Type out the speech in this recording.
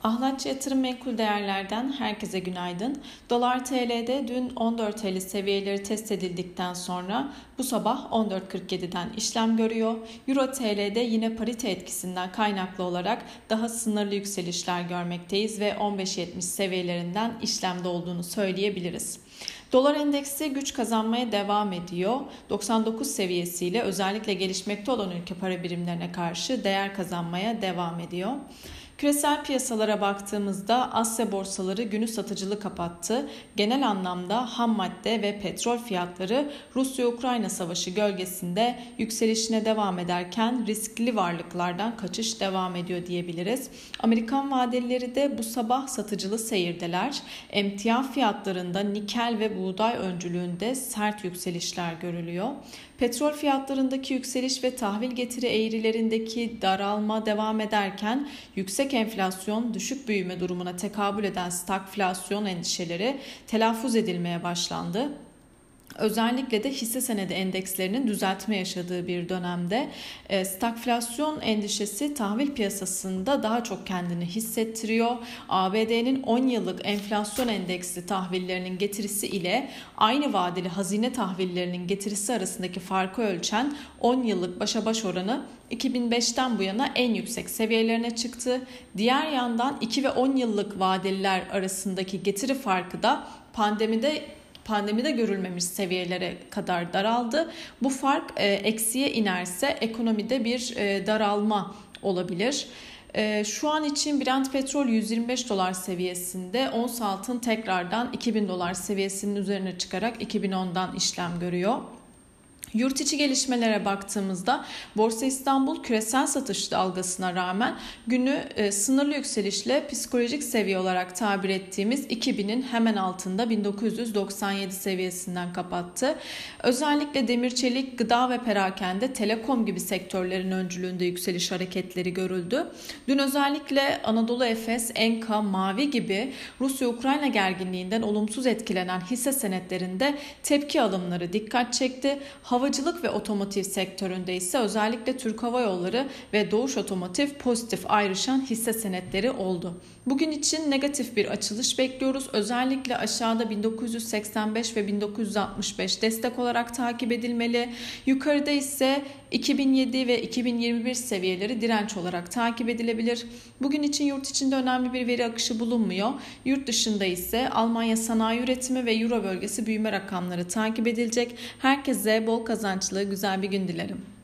Ahlatçı Yatırım Menkul Değerler'den herkese günaydın. Dolar TL'de dün 14.50 seviyeleri test edildikten sonra bu sabah 14.47'den işlem görüyor. Euro TL'de yine parite etkisinden kaynaklı olarak daha sınırlı yükselişler görmekteyiz ve 15.70 seviyelerinden işlemde olduğunu söyleyebiliriz. Dolar endeksi güç kazanmaya devam ediyor. 99 seviyesiyle özellikle gelişmekte olan ülke para birimlerine karşı değer kazanmaya devam ediyor. Küresel piyasalara baktığımızda Asya borsaları günü satıcılı kapattı. Genel anlamda ham madde ve petrol fiyatları Rusya-Ukrayna savaşı gölgesinde yükselişine devam ederken riskli varlıklardan kaçış devam ediyor diyebiliriz. Amerikan vadelileri de bu sabah satıcılı seyirdeler. Emtia fiyatlarında nikel ve buğday öncülüğünde sert yükselişler görülüyor. Petrol fiyatlarındaki yükseliş ve tahvil getiri eğrilerindeki daralma devam ederken yüksek enflasyon, düşük büyüme durumuna tekabül eden stagflasyon endişeleri telaffuz edilmeye başlandı. Özellikle de hisse senedi endekslerinin düzeltme yaşadığı bir dönemde stagflasyon endişesi tahvil piyasasında daha çok kendini hissettiriyor. ABD'nin 10 yıllık enflasyon endeksli tahvillerinin getirisi ile aynı vadeli hazine tahvillerinin getirisi arasındaki farkı ölçen 10 yıllık başa baş oranı 2005'ten bu yana en yüksek seviyelerine çıktı. Diğer yandan 2 ve 10 yıllık vadeliler arasındaki getiri farkı da pandemide görülmemiş seviyelere kadar daraldı. Bu fark eksiye inerse ekonomide bir daralma olabilir. Şu an için Brent petrol 125 dolar seviyesinde, ons altın tekrardan 2000 dolar seviyesinin üzerine çıkarak 2010'dan işlem görüyor. Yurt içi gelişmelere baktığımızda Borsa İstanbul küresel satış dalgasına rağmen günü sınırlı yükselişle psikolojik seviye olarak tabir ettiğimiz 2000'in hemen altında 1997 seviyesinden kapattı. Özellikle demir çelik, gıda ve perakende, telekom gibi sektörlerin öncülüğünde yükseliş hareketleri görüldü. Dün özellikle Anadolu Efes, Enka, Mavi gibi Rusya-Ukrayna gerginliğinden olumsuz etkilenen hisse senetlerinde tepki alımları dikkat çekti. Havacılık ve otomotiv sektöründe ise özellikle Türk Hava Yolları ve Doğuş Otomotiv pozitif ayrışan hisse senetleri oldu. Bugün için negatif bir açılış bekliyoruz. Özellikle aşağıda 1985 ve 1965 destek olarak takip edilmeli. Yukarıda ise 2007 ve 2021 seviyeleri direnç olarak takip edilebilir. Bugün için yurt içinde önemli bir veri akışı bulunmuyor. Yurt dışında ise Almanya sanayi üretimi ve Euro bölgesi büyüme rakamları takip edilecek. Herkese bol kazançlı güzel bir gün dilerim.